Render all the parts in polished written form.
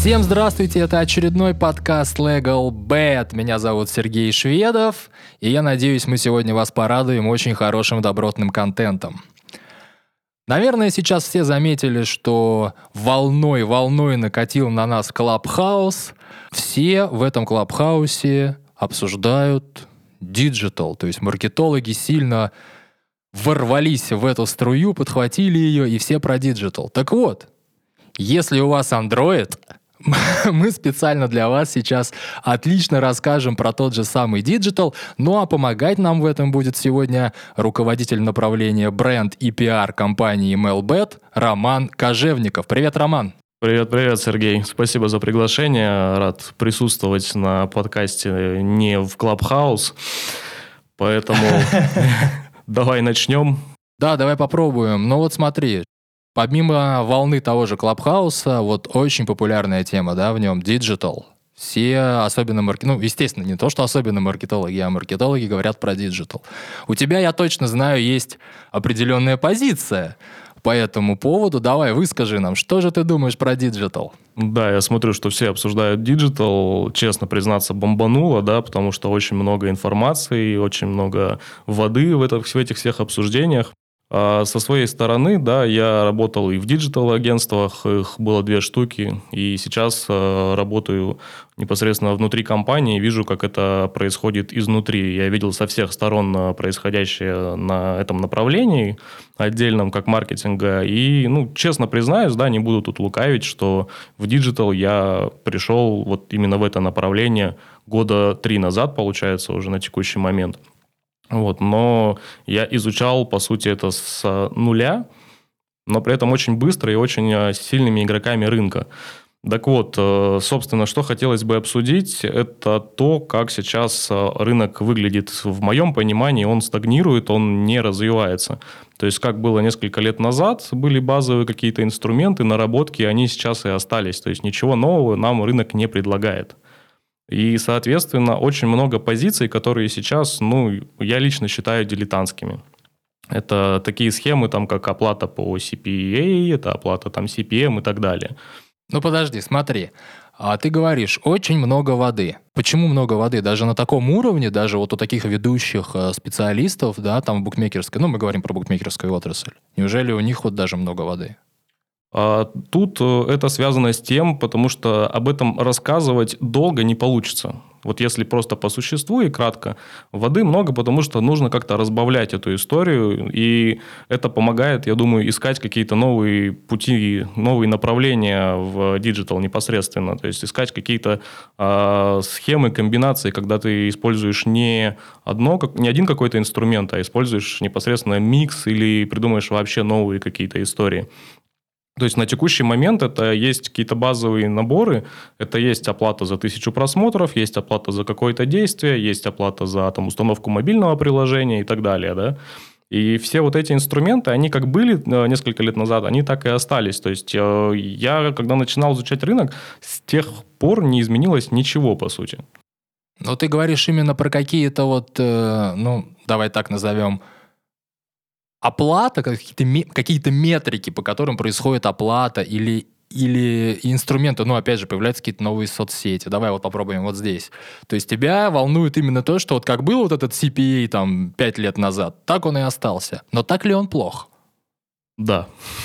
Всем здравствуйте, это очередной подкаст Legal Bet. Меня зовут Сергей Шведов, и я надеюсь, мы сегодня вас порадуем очень хорошим добротным контентом. Наверное, сейчас все заметили, что волной накатил на нас Clubhouse. Все в этом Clubhouse обсуждают диджитал, то есть маркетологи сильно ворвались в эту струю, подхватили ее, и все про диджитал. Так вот, если у вас Android, мы специально для вас сейчас отлично расскажем про тот же самый диджитал, ну а помогать нам в этом будет сегодня руководитель направления бренд и пиар компании MailBet Роман Кожевников. Привет, Роман. Привет, Сергей. Спасибо за приглашение. Рад присутствовать на подкасте не в Clubhouse, поэтому давай начнем. Да, давай попробуем. Ну вот смотри, помимо волны того же Клабхауса, вот очень популярная тема, да, в нем диджитал. Все, особенно естественно, не то, что особенно маркетологи, а маркетологи говорят про диджитал. У тебя, я точно знаю, есть определенная позиция по этому поводу. Давай, выскажи нам, что же ты думаешь про диджитал? Да, я смотрю, что все обсуждают диджитал. Честно признаться, бомбануло, да, потому что очень много информации, очень много воды в этих всех обсуждениях. А со своей стороны, да, я работал и в диджитал-агентствах, их было 2 штуки, и сейчас работаю непосредственно внутри компании, вижу, как это происходит изнутри. Я видел со всех сторон происходящее на этом направлении, отдельном как маркетинга, и, честно признаюсь, да, не буду тут лукавить, что в диджитал я пришел вот именно в это направление 3 года назад, получается, уже на текущий момент. Вот, но я изучал, по сути, это с нуля, но при этом очень быстро и очень сильными игроками рынка. Так вот, собственно, что хотелось бы обсудить, это то, как сейчас рынок выглядит. В моем понимании он стагнирует, он не развивается. То есть, как было несколько лет назад, были базовые какие-то инструменты, наработки, они сейчас и остались. То есть, ничего нового нам рынок не предлагает. И, соответственно, очень много позиций, которые сейчас, я лично считаю дилетантскими. Это такие схемы, там, как оплата по CPA, это оплата там CPM и так далее. Ну, подожди, смотри. А ты говоришь, очень много воды. Почему много воды? Даже на таком уровне, даже вот у таких ведущих специалистов, да, там в букмекерской, мы говорим про букмекерскую отрасль. Неужели у них вот даже много воды? Тут это связано с тем, потому что об этом рассказывать долго не получится. Вот если просто по существу и кратко, воды много, потому что нужно как-то разбавлять эту историю, и это помогает, я думаю, искать какие-то новые пути, новые направления в диджитал непосредственно, то есть искать какие-то схемы, комбинации, когда ты используешь не один какой-то инструмент, а используешь непосредственно микс или придумаешь вообще новые какие-то истории. То есть на текущий момент это есть какие-то базовые наборы, это есть оплата за 1000 просмотров, есть оплата за какое-то действие, есть оплата за установку мобильного приложения и так далее, да. И все вот эти инструменты, они как были несколько лет назад, они так и остались. То есть я, когда начинал изучать рынок, с тех пор не изменилось ничего, по сути. Но ты говоришь именно про какие-то давай так назовем, оплата, какие-то метрики, по которым происходит оплата, или инструменты, опять же, появляются какие-то новые соцсети. Давай вот попробуем вот здесь. То есть тебя волнует именно то, что вот как был вот этот CPA 5 лет назад, так он и остался. Но так ли он плох? Да.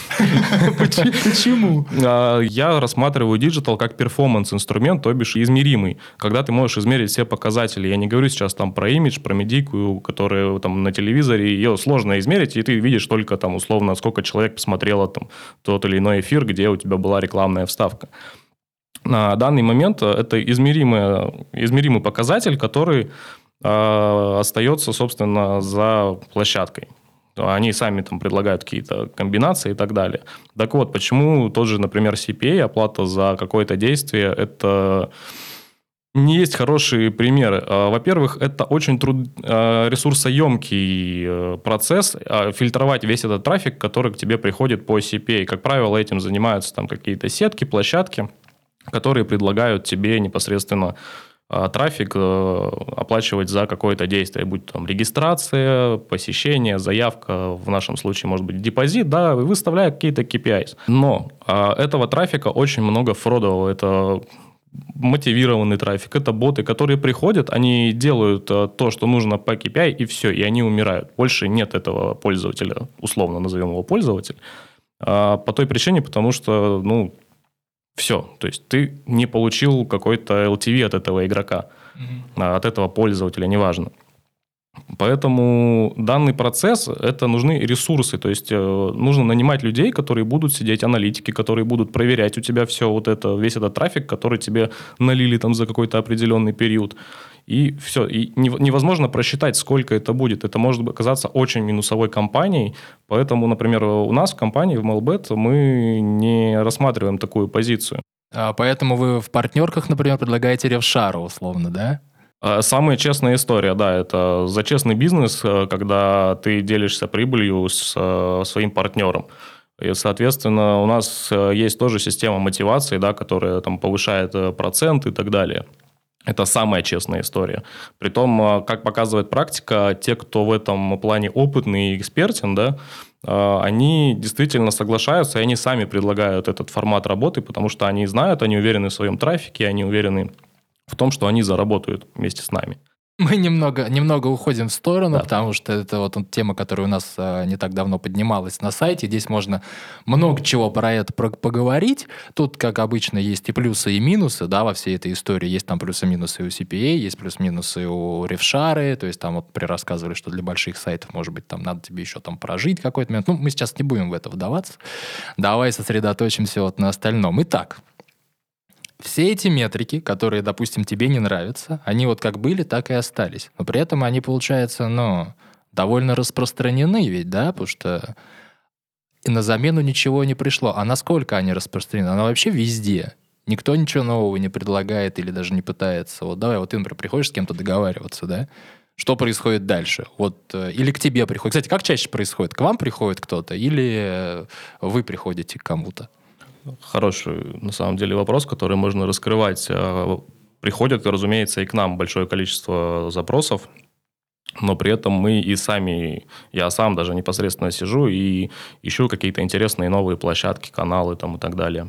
Почему? Я рассматриваю диджитал как перформанс-инструмент, то бишь измеримый. Когда ты можешь измерить все показатели. Я не говорю сейчас про имидж, про медийку, которая на телевизоре. Ее сложно измерить, и ты видишь только условно, сколько человек посмотрело тот или иной эфир, где у тебя была рекламная вставка. На данный момент это измеримый показатель, который остается, собственно, за площадкой. Они сами предлагают какие-то комбинации и так далее. Так вот, почему тот же, например, CPA, оплата за какое-то действие, это не есть хорошие примеры. Во-первых, это очень ресурсоемкий процесс, фильтровать весь этот трафик, который к тебе приходит по CPA. Как правило, этим занимаются какие-то сетки, площадки, которые предлагают тебе непосредственно трафик оплачивать за какое-то действие, будь то там регистрация, посещение, заявка, в нашем случае может быть депозит, да, выставляя какие-то KPIs. Но этого трафика очень много фродового, это мотивированный трафик, это боты, которые приходят, они делают то, что нужно по KPI, и все, и они умирают. Больше нет этого пользователя, условно назовем его пользователь, по той причине, потому что, все, то есть ты не получил какой-то LTV от этого игрока, от этого пользователя, неважно. Поэтому данный процесс, это нужны ресурсы, то есть нужно нанимать людей, которые будут сидеть, аналитики, которые будут проверять у тебя все вот это, весь этот трафик, который тебе налили там за какой-то определенный период. И все, и невозможно просчитать, сколько это будет. Это может оказаться очень минусовой компанией, поэтому, например, у нас в компании, в Mailbet, мы не рассматриваем такую позицию. Поэтому вы в партнерках, например, предлагаете ревшару условно, да? Самая честная история, да, это за честный бизнес, когда ты делишься прибылью с своим партнером. И, соответственно, у нас есть тоже система мотивации, да, которая там повышает процент и так далее. Это самая честная история. Притом, как показывает практика, те, кто в этом плане опытный и экспертен, да, они действительно соглашаются, и они сами предлагают этот формат работы, потому что они знают, они уверены в своем трафике, они уверены в том, что они заработают вместе с нами. Мы немного уходим в сторону, Да. потому что это вот тема, которая у нас не так давно поднималась на сайте. Здесь можно много чего про это поговорить. Тут, как обычно, есть и плюсы, и минусы, да, во всей этой истории. Есть там плюсы-минусы у CPA, есть плюс-минусы у ревшары. То есть там вот рассказывали, что для больших сайтов, может быть, там надо тебе еще там прожить какой-то момент. Мы сейчас не будем в это вдаваться. Давай сосредоточимся вот на остальном. Итак, все эти метрики, которые, допустим, тебе не нравятся, они вот как были, так и остались. Но при этом они, получается, довольно распространены ведь, да? Потому что и на замену ничего не пришло. А насколько они распространены? Она вообще везде. Никто ничего нового не предлагает или даже не пытается. Вот давай, вот ты, например, приходишь с кем-то договариваться, да? Что происходит дальше? Вот, или к тебе приходит. Кстати, как чаще происходит? К вам приходит кто-то или вы приходите к кому-то? Хороший, на самом деле, вопрос, который можно раскрывать. Приходит, разумеется, и к нам большое количество запросов, но при этом мы и сами, я сам даже непосредственно сижу и ищу какие-то интересные новые площадки, каналы там и так далее.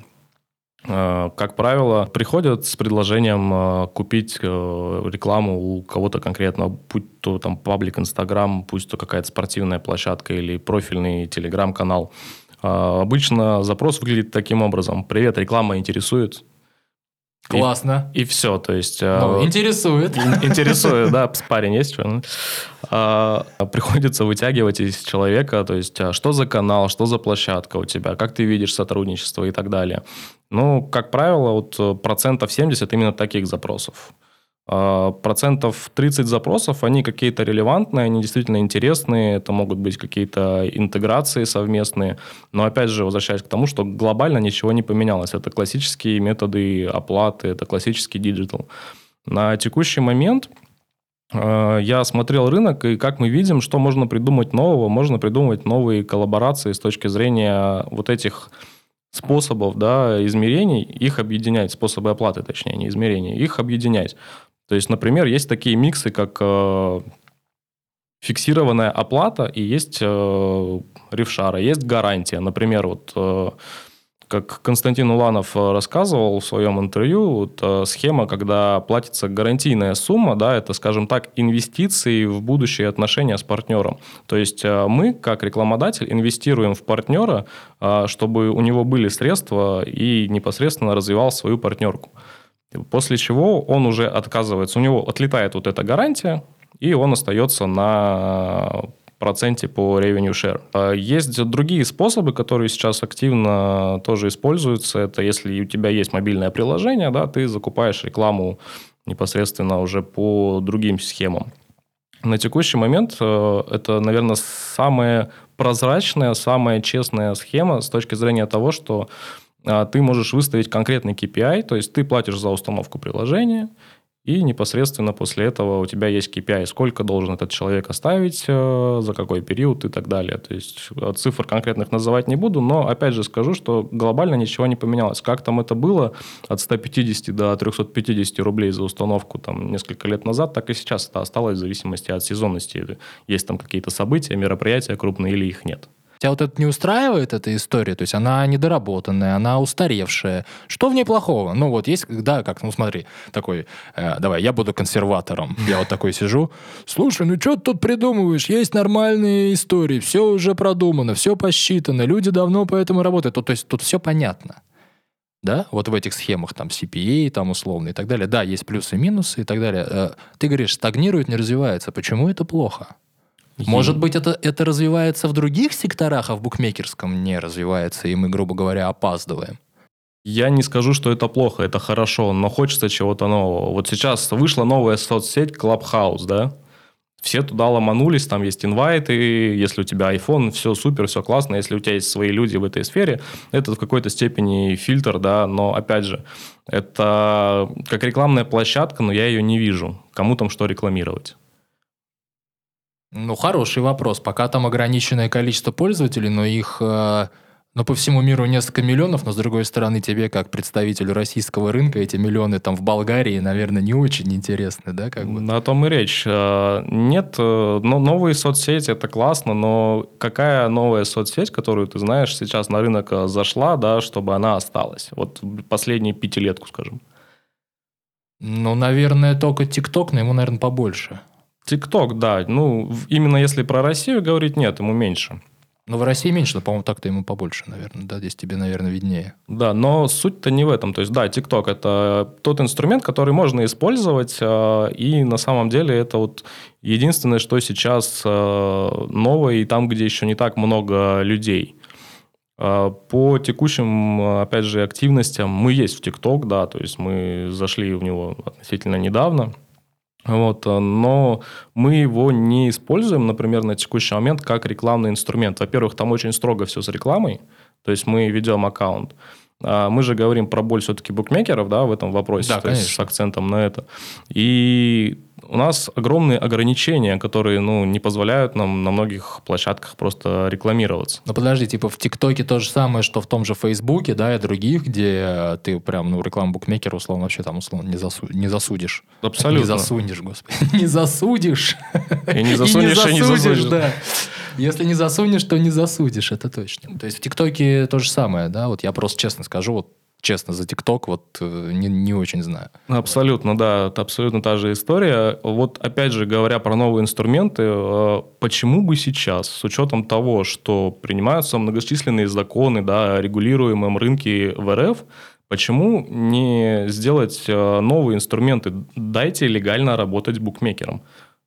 Как правило, приходят с предложением купить рекламу у кого-то конкретно, будь то там паблик Инстаграм, пусть то какая-то спортивная площадка или профильный Телеграм-канал. Обычно запрос выглядит таким образом. Привет, реклама интересует. Классно. И все, то есть... Интересует. Интересует, да, парень есть что? Приходится вытягивать из человека, то есть, что за канал, что за площадка у тебя, как ты видишь сотрудничество и так далее. Как правило, вот 70% именно таких запросов. 30% запросов, они какие-то релевантные, они действительно интересные, это могут быть какие-то интеграции совместные, но опять же, возвращаясь к тому, что глобально ничего не поменялось. Это классические методы оплаты, это классический диджитал. На текущий момент я смотрел рынок, и как мы видим, что можно придумать нового, можно придумывать новые коллаборации с точки зрения вот этих способов, да, измерений, их объединять, способы оплаты, точнее, не измерений, их объединять. То есть, например, есть такие миксы, как фиксированная оплата и есть ревшара, есть гарантия. Например, вот как Константин Уланов рассказывал в своем интервью, вот, схема, когда платится гарантийная сумма, да, это, скажем так, инвестиции в будущие отношения с партнером. То есть мы, как рекламодатель, инвестируем в партнера, чтобы у него были средства и непосредственно развивал свою партнерку. После чего он уже отказывается, у него отлетает вот эта гарантия, и он остается на проценте по revenue share. Есть другие способы, которые сейчас активно тоже используются. Это если у тебя есть мобильное приложение, да, ты закупаешь рекламу непосредственно уже по другим схемам. На текущий момент это, наверное, самая прозрачная, самая честная схема с точки зрения того, что ты можешь выставить конкретный KPI, то есть ты платишь за установку приложения, И непосредственно после этого у тебя есть KPI, сколько должен этот человек оставить, за какой период и так далее. То есть цифр конкретных называть не буду, но опять же скажу, что глобально ничего не поменялось. Как там это было от 150 до 350 рублей за установку там, несколько лет назад, так и сейчас это осталось в зависимости от сезонности. Есть там какие-то события, мероприятия крупные или их нет. Тебя вот это не устраивает, эта история? То есть она недоработанная, она устаревшая. Что в ней плохого? Ну вот есть, да, как, ну смотри, такой, давай, я буду консерватором. Я вот такой сижу. Слушай, ну что ты тут придумываешь? Есть нормальные истории, все уже продумано, все посчитано, люди давно по этому работают. То есть тут все понятно. Да, вот в этих схемах там CPA, там условно и так далее. Да, есть плюсы и минусы и так далее. Ты говоришь, стагнирует, не развивается. Почему это плохо? Может быть, это развивается в других секторах, а в букмекерском не развивается, и мы, грубо говоря, опаздываем? Я не скажу, что это плохо, это хорошо, но хочется чего-то нового. Вот сейчас вышла новая соцсеть Clubhouse, да? Все туда ломанулись, там есть инвайты, если у тебя iPhone, все супер, все классно. Если у тебя есть свои люди в этой сфере, это в какой-то степени фильтр, да, но опять же, это как рекламная площадка, но я ее не вижу. Кому там что рекламировать? Ну, хороший вопрос. Пока там ограниченное количество пользователей, но их, ну, по всему миру несколько миллионов, но, с другой стороны, тебе, как представителю российского рынка, эти миллионы там в Болгарии, наверное, не очень интересны, да, как бы? О том и речь. Нет, но новые соцсети – это классно, но какая новая соцсеть, которую ты знаешь, сейчас на рынок зашла, да, чтобы она осталась? Вот последние пятилетку, скажем. Ну, наверное, только ТикТок, но ему, наверное, побольше. ТикТок, да. Ну, именно если про Россию говорить, нет, ему меньше. Но в России меньше, но, по-моему, так-то ему побольше, наверное. Да, здесь тебе, наверное, виднее. Да, но суть-то не в этом. То есть, да, ТикТок – это тот инструмент, который можно использовать, и на самом деле это вот единственное, что сейчас новое, и там, где еще не так много людей. По текущим, опять же, активностям мы есть в ТикТок, да, то есть мы зашли в него относительно недавно. Вот, но мы его не используем, например, на текущий момент как рекламный инструмент. Во-первых, там очень строго все с рекламой, то есть мы ведем аккаунт. Мы же говорим про боль все-таки букмекеров, да, в этом вопросе, Да, то есть с акцентом на это. И у нас огромные ограничения, которые, ну, не позволяют нам на многих площадках просто рекламироваться. Ну, подожди, типа в ТикТоке то же самое, что в том же Фейсбуке, да, и других, где ты прям, ну, рекламу букмекера, условно, вообще там, условно, не засудишь. Абсолютно. Не засунешь, господи. Не засудишь. И не засунешь, и не засудишь. Да. Если не засунешь, то не засудишь, это точно. То есть в ТикТоке то же самое, да, вот я просто честно скажу, вот честно, за ТикТок вот не очень знаю. Абсолютно, да, это абсолютно та же история. Вот опять же, говоря про новые инструменты, почему бы сейчас, с учетом того, что принимаются многочисленные законы, да, о регулируемом рынке в РФ, почему не сделать новые инструменты? Дайте легально работать букмекером.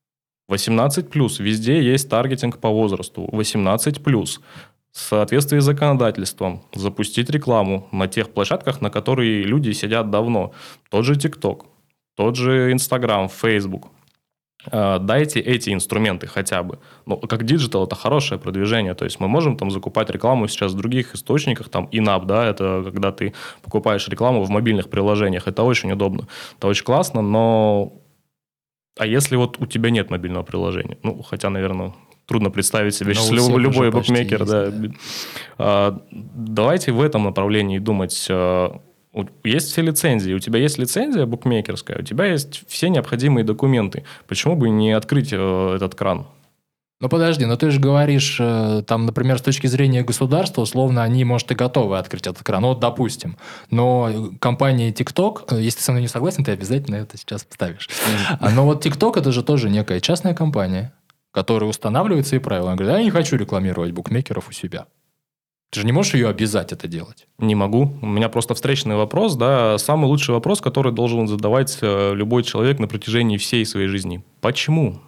18+, везде есть таргетинг по возрасту, 18+. В соответствии с законодательством запустить рекламу на тех площадках, на которые люди сидят давно. Тот же TikTok, тот же Instagram, Facebook. Дайте эти инструменты хотя бы. Ну, как диджитал, это хорошее продвижение. То есть мы можем там закупать рекламу сейчас в других источниках, там in-app, да, это когда ты покупаешь рекламу в мобильных приложениях. Это очень удобно, это очень классно, но... А если вот у тебя нет мобильного приложения? Ну, хотя, наверное... Трудно представить себе сейчас любой букмекер. Есть, да. Давайте в этом направлении думать. Есть все лицензии. У тебя есть лицензия букмекерская, у тебя есть все необходимые документы. Почему бы не открыть этот кран? Ну, подожди, но ты же говоришь, там, например, с точки зрения государства, условно, они, может, и готовы открыть этот кран. Ну, вот, допустим. Но компания TikTok, если ты со мной не согласен, ты обязательно это сейчас вставишь. Но вот TikTok – это же тоже некая частная компания, которая устанавливает свои правила. Она говорит, я не хочу рекламировать букмекеров у себя. Ты же не можешь ее обязать это делать? Не могу. У меня просто встречный вопрос. Да, самый лучший вопрос, который должен задавать любой человек на протяжении всей своей жизни. Почему?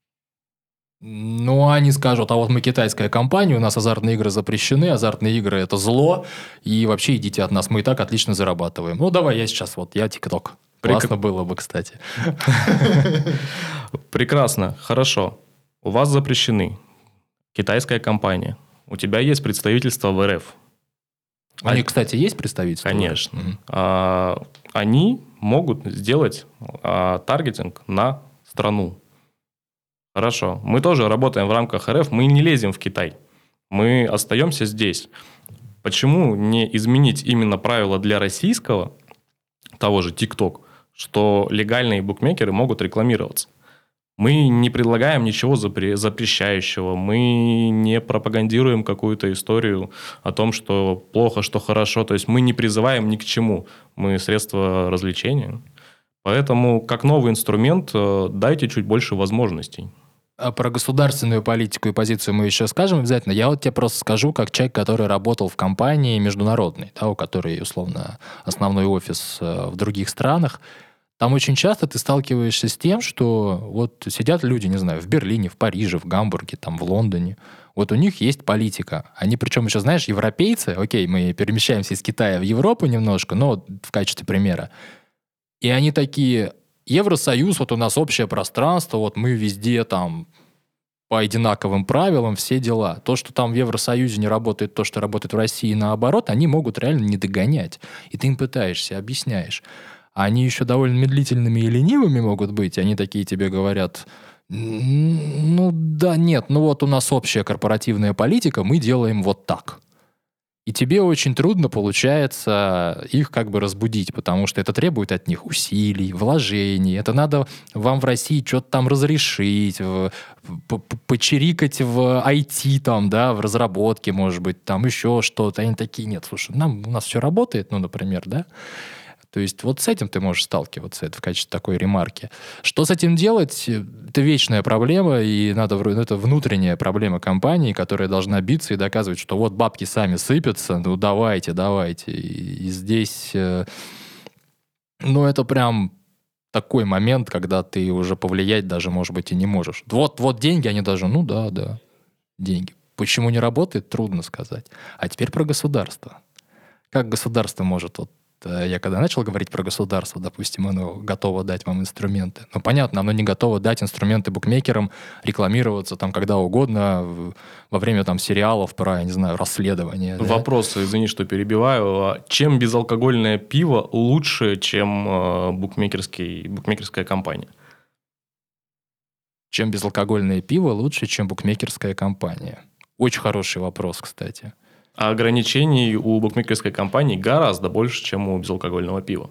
Ну, они скажут, а вот мы китайская компания, у нас азартные игры запрещены, азартные игры – это зло, и вообще идите от нас, мы и так отлично зарабатываем. Ну, давай я сейчас, вот, я ТикТок. Классно было бы, кстати. Прекрасно, хорошо. У вас запрещены. Китайская компания. У тебя есть представительство в РФ. Они, кстати, есть представительство? Конечно. Они могут сделать таргетинг на страну. Хорошо. Мы тоже работаем в рамках РФ, мы не лезем в Китай. Мы остаемся здесь. Почему не изменить именно правила для российского, того же TikTok, что легальные букмекеры могут рекламироваться? Мы не предлагаем ничего запрещающего, мы не пропагандируем какую-то историю о том, что плохо, что хорошо. То есть мы не призываем ни к чему. Мы средства развлечения. Поэтому, как новый инструмент, дайте чуть больше возможностей. А про государственную политику и позицию мы еще скажем обязательно. Я вот тебе просто скажу, как человек, который работал в компании международной, да, у которой, условно, основной офис в других странах. Там очень часто ты сталкиваешься с тем, что вот сидят люди, не знаю, в Берлине, в Париже, в Гамбурге, там, в Лондоне. Вот у них есть политика. Они, причем еще, знаешь, европейцы, окей, мы перемещаемся из Китая в Европу немножко, но в качестве примера. И они такие: Евросоюз, вот у нас общее пространство, вот мы везде там по одинаковым правилам, все дела. То, что там в Евросоюзе не работает, то, что работает в России, наоборот, они могут реально не догонять. И ты им пытаешься, объясняешь. А они еще довольно медлительными и ленивыми могут быть. Они такие тебе говорят: ну да, нет, ну вот у нас общая корпоративная политика, мы делаем вот так. И тебе очень трудно получается их как бы разбудить, потому что это требует от них усилий, вложений. Это надо вам в России что-то там разрешить, почирикать в IT, там, да, в разработке, может быть, там еще что-то. Они такие: нет, слушай, у нас все работает, ну, например, да. То есть вот с этим ты можешь сталкиваться, это в качестве такой ремарки. Что с этим делать? Это вечная проблема, и это внутренняя проблема компании, которая должна биться и доказывать, что вот бабки сами сыпятся, ну давайте. И здесь, ну это прям такой момент, когда ты уже повлиять даже, может быть, и не можешь. Вот деньги, они даже, ну да, деньги. Почему не работает, трудно сказать. А теперь про государство. Как государство может я когда начал говорить про государство, допустим, оно готово дать вам инструменты. Ну, понятно, оно не готово дать инструменты букмекерам рекламироваться там когда угодно во время там сериалов про, я не знаю, расследования. Вопрос, извини, что перебиваю. Чем безалкогольное пиво лучше, чем букмекерская компания? Чем безалкогольное пиво лучше, чем букмекерская компания? Очень хороший вопрос, кстати. А ограничений у букмекерской компании гораздо больше, чем у безалкогольного пива.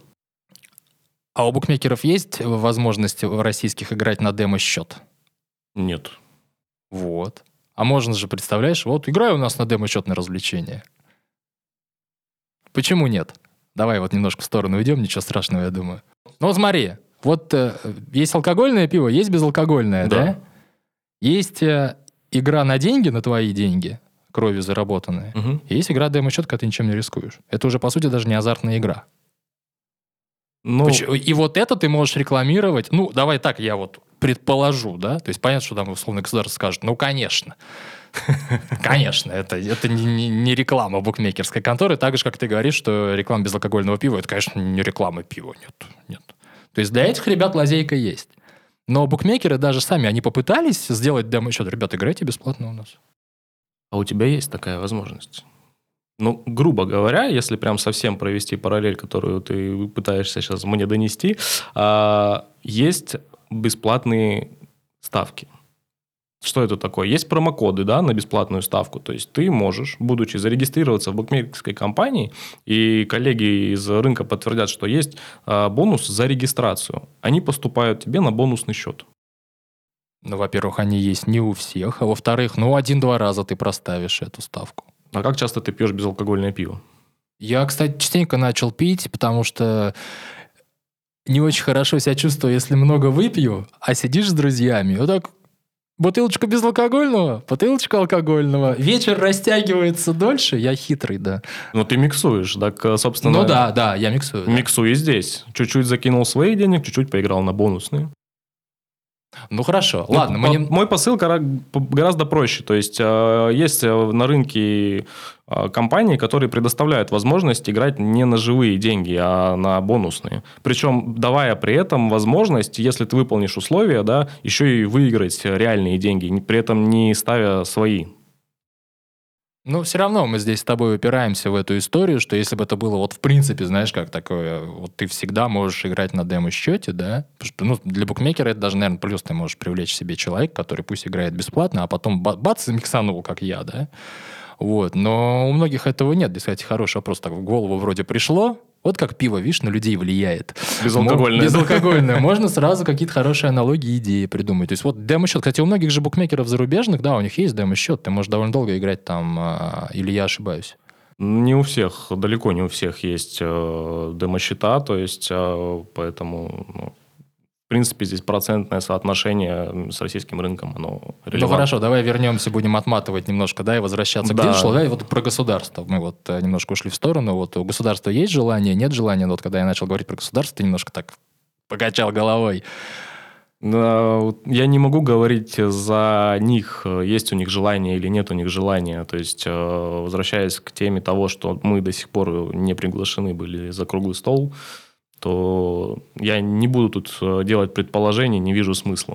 А у букмекеров есть возможность российских играть на демо-счет? Нет. Вот. А можно же, представляешь, вот играй у нас на демо-счет на развлечение. Почему нет? Давай вот немножко в сторону уйдем, ничего страшного, я думаю. Ну, смотри, вот есть алкогольное пиво, есть безалкогольное, да? Есть игра на деньги, на твои деньги, кровью заработанные. Угу. И есть игра демо-счет, когда ты ничем не рискуешь. Это уже, по сути, даже не азартная игра. Ну... И вот это ты можешь рекламировать. Ну, давай так, я вот предположу, да? То есть понятно, что там условно государство скажет: ну, конечно. Конечно, это не реклама букмекерской конторы. Так же, как ты говоришь, что реклама безалкогольного пива, это, конечно, не реклама пива. Нет. То есть для этих ребят лазейка есть. Но букмекеры даже сами, они попытались сделать демо-счет. Ребята, играйте бесплатно у нас. А у тебя есть такая возможность? Ну, грубо говоря, если прям совсем провести параллель, которую ты пытаешься сейчас мне донести, есть бесплатные ставки. Что это такое? Есть промокоды, да, на бесплатную ставку. То есть ты можешь, будучи зарегистрироваться в букмекерской компании, и коллеги из рынка подтвердят, что есть бонус за регистрацию. Они поступают тебе на бонусный счет. Ну, во-первых, они есть не у всех, а во-вторых, 1-2 раза ты проставишь эту ставку. А как часто ты пьешь безалкогольное пиво? Я, кстати, частенько начал пить, потому что не очень хорошо себя чувствую, если много выпью, а сидишь с друзьями, вот так: бутылочка безалкогольного, бутылочка алкогольного. Вечер растягивается дольше, я хитрый, да. Ну, ты миксуешь, так, собственно... Ну да, я миксую. Миксую и здесь. Чуть-чуть закинул своих денег, чуть-чуть поиграл на бонусные. Ну, хорошо. Ладно, Мой посыл гораздо проще. То есть, есть на рынке компании, которые предоставляют возможность играть не на живые деньги, а на бонусные. Причем, давая при этом возможность, если ты выполнишь условия, да, еще и выиграть реальные деньги, при этом не ставя свои. Ну, все равно мы здесь с тобой упираемся в эту историю, что если бы это было вот в принципе, знаешь, как такое, вот ты всегда можешь играть на демо-счете, да, потому что, ну, для букмекера это даже, наверное, плюс ты можешь привлечь себе человека, который пусть играет бесплатно, а потом бац, замиксанул, как я, да, вот, но у многих этого нет. Здесь, кстати, хороший вопрос, так в голову вроде пришло, вот как пиво, видишь, на людей влияет. Безалкогольное. Безалкогольное. Можно сразу какие-то хорошие аналогии, идеи придумать. То есть вот демо-счет. Кстати, у многих же букмекеров зарубежных, да, у них есть демо-счет. Ты можешь довольно долго играть там, или я ошибаюсь? Не у всех, далеко не у всех есть демо-счета, то есть поэтому, в принципе, здесь процентное соотношение с российским рынком, оно релевантно. Ну хорошо, давай вернемся, будем отматывать немножко, да, и возвращаться к диджиталу. Да, и вот про государство. Мы вот немножко ушли в сторону. Вот у государства есть желание, нет желания? Но вот когда я начал говорить про государство, ты немножко так покачал головой. Я не могу говорить за них, есть у них желание или нет у них желания. То есть, возвращаясь к теме того, что мы до сих пор не приглашены были за круглый стол, то я не буду тут делать предположений, не вижу смысла.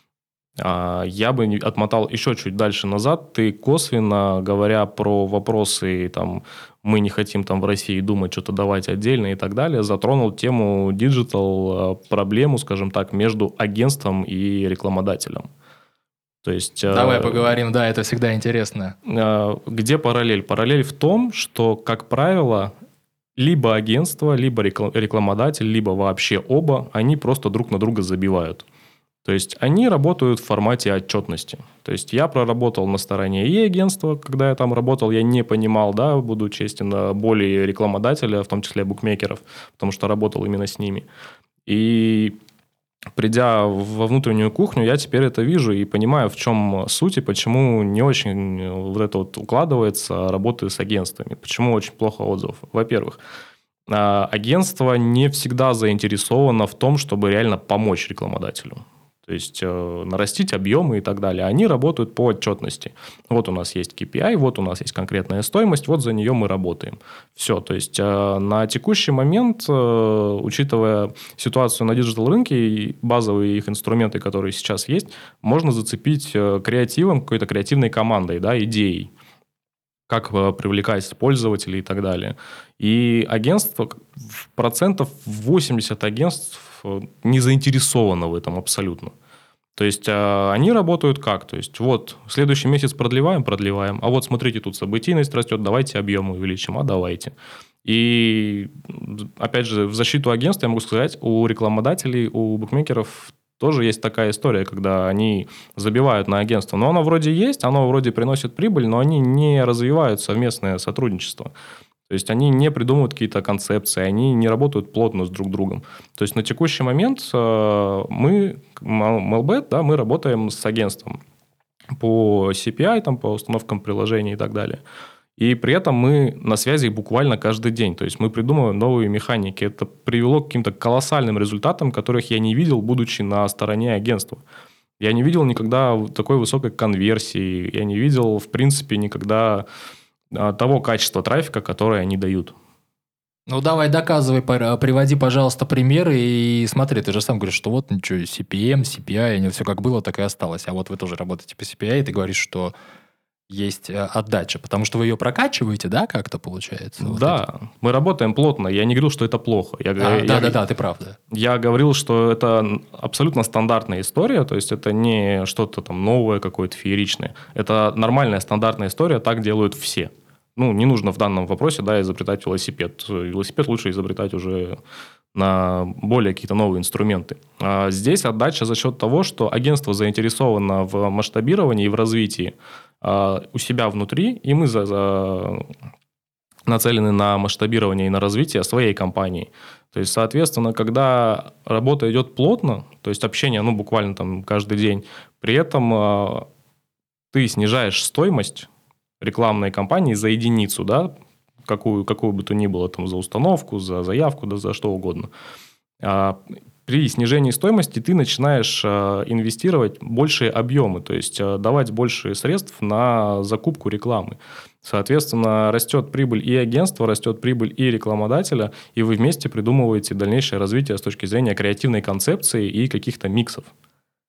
Я бы отмотал еще чуть дальше назад. Ты косвенно, говоря про вопросы, там, мы не хотим там в России думать, что-то давать отдельно и так далее, затронул тему диджитал, проблему, скажем так, между агентством и рекламодателем. То есть, давай поговорим, да, это всегда интересно. Где параллель? Параллель в том, что, как правило, либо агентство, либо рекламодатель, либо вообще оба, они просто друг на друга забивают. То есть, они работают в формате отчетности. То есть, я проработал на стороне и агентства, когда я там работал, я не понимал, да, буду честен, боли рекламодателя, в том числе букмекеров, потому что работал именно с ними. И придя во внутреннюю кухню, я теперь это вижу и понимаю, в чем суть и почему не очень вот это вот укладывается работы с агентствами, почему очень плохо отзывов. Во-первых, агентство не всегда заинтересовано в том, чтобы реально помочь рекламодателю. То есть, нарастить объемы и так далее. Они работают по отчетности. Вот у нас есть KPI, вот у нас есть конкретная стоимость, вот за нее мы работаем. Все. То есть, на текущий момент, учитывая ситуацию на диджитал-рынке и базовые их инструменты, которые сейчас есть, можно зацепить креативом, какой-то креативной командой, да, идеей, как привлекать пользователей и так далее. И агентство, процентов 80 агентств не заинтересовано в этом абсолютно. То есть, они работают как? То есть, вот, следующий месяц продлеваем. А вот, смотрите, тут событийность растет, давайте объемы увеличим, давайте. И, опять же, в защиту агентства я могу сказать, у рекламодателей, у букмекеров тоже есть такая история, когда они забивают на агентство. Но оно вроде есть, оно вроде приносит прибыль, но они не развивают совместное сотрудничество. То есть, они не придумывают какие-то концепции, они не работают плотно с друг другом. То есть, на текущий момент мы, Mailbet, да, мы работаем с агентством по CPI, там, по установкам приложений и так далее. И при этом мы на связи буквально каждый день. То есть, мы придумываем новые механики. Это привело к каким-то колоссальным результатам, которых я не видел, будучи на стороне агентства. Я не видел никогда такой высокой конверсии. Я не видел, в принципе, никогда того качества трафика, которое они дают. Ну, давай, доказывай, приводи, пожалуйста, примеры. И смотри, ты же сам говоришь, что вот ничего, CPM, CPI, все как было, так и осталось. А вот вы тоже работаете по CPI, и ты говоришь, что есть отдача, потому что вы ее прокачиваете, да, как-то получается? Да, вот мы работаем плотно. Я не говорил, что это плохо. Да, ты прав, да. Я говорил, что это абсолютно стандартная история, то есть это не что-то там новое, какое-то фееричное. Это нормальная стандартная история, так делают все. Ну, не нужно в данном вопросе, да, изобретать велосипед. Велосипед лучше изобретать уже на более какие-то новые инструменты. А здесь отдача за счет того, что агентство заинтересовано в масштабировании и в развитии у себя внутри, и мы нацелены на масштабирование и на развитие своей компании. То есть, соответственно, когда работа идет плотно, то есть общение, ну, буквально там каждый день, при этом ты снижаешь стоимость рекламной кампании за единицу, да, какую бы то ни было, там, за установку, за заявку, да за что угодно. При снижении стоимости ты начинаешь инвестировать большие объемы, то есть давать больше средств на закупку рекламы. Соответственно, растет прибыль и агентства, растет прибыль и рекламодателя, и вы вместе придумываете дальнейшее развитие с точки зрения креативной концепции и каких-то миксов.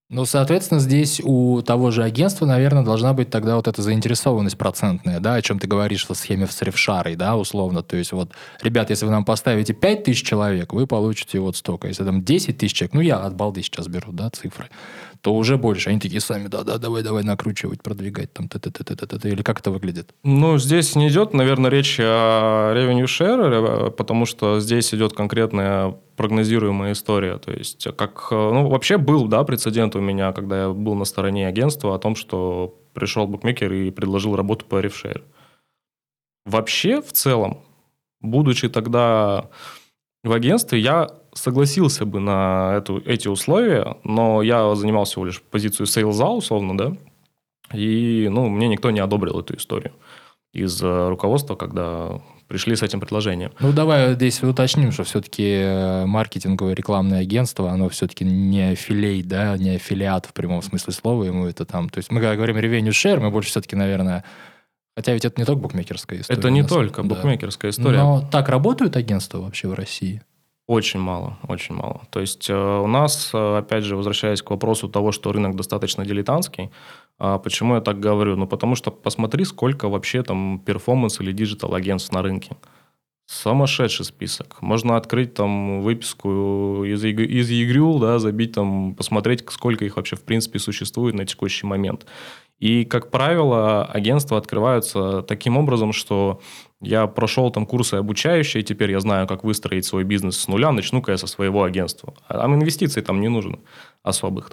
Ну, соответственно, здесь у того же агентства, наверное, должна быть тогда вот эта заинтересованность процентная, да, о чем ты говоришь в схеме с рефшарой, да, условно. То есть вот, ребят, если вы нам поставите 5000 человек, вы получите вот столько. Если там 10 тысяч человек, ну, я от балды сейчас беру, да, цифры, то уже больше. Они такие сами, да-да, давай накручивать, продвигать там, т-т-т-т-т, или как это выглядит? Ну, здесь не идет, наверное, речь о revenue share, потому что здесь идет конкретная прогнозируемая история. То есть, как, ну, вообще был, да, прецедент у меня, когда я был на стороне агентства о том, что пришел букмекер и предложил работу по рефшере. Вообще, в целом, будучи тогда в агентстве, я согласился бы на эти условия, но я занимал всего лишь позицию сейлза, условно, да, и, ну, мне никто не одобрил эту историю из руководства, когда пришли с этим предложением. Ну, давай здесь уточним, что все-таки маркетинговое рекламное агентство, оно все-таки не аффилейт, да, не аффилиат в прямом смысле слова, ему это там... То есть мы когда говорим revenue share, мы больше все-таки, наверное... Хотя ведь это не только букмекерская история. Это не только букмекерская история. Но так работают агентства вообще в России? Очень мало, очень мало. То есть у нас, опять же, возвращаясь к вопросу того, что рынок достаточно дилетантский, почему я так говорю? Ну, потому что посмотри, сколько вообще там перформанс или диджитал агентств на рынке. Сумасшедший список. Можно открыть там выписку из ЕГРЮЛ, да, забить там, посмотреть, сколько их вообще в принципе существует на текущий момент. И, как правило, агентства открываются таким образом, что я прошел там курсы обучающие, теперь я знаю, как выстроить свой бизнес с нуля, начну-ка я со своего агентства. А инвестиций там не нужно особых-то.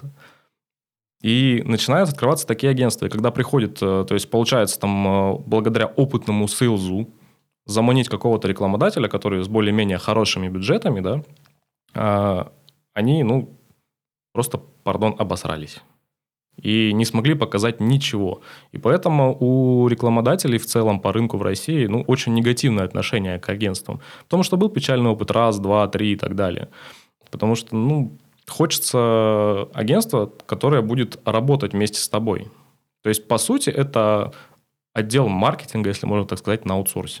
И начинают открываться такие агентства. И когда приходит, то есть получается там благодаря опытному сейлзу заманить какого-то рекламодателя, который с более-менее хорошими бюджетами, да, они, ну, просто, пардон, обосрались. И не смогли показать ничего. И поэтому у рекламодателей в целом по рынку в России, ну, очень негативное отношение к агентствам. Потому что был печальный опыт раз, два, три и так далее. Потому что, ну, хочется агентства, которое будет работать вместе с тобой. То есть, по сути, это отдел маркетинга, если можно так сказать, на аутсорсе.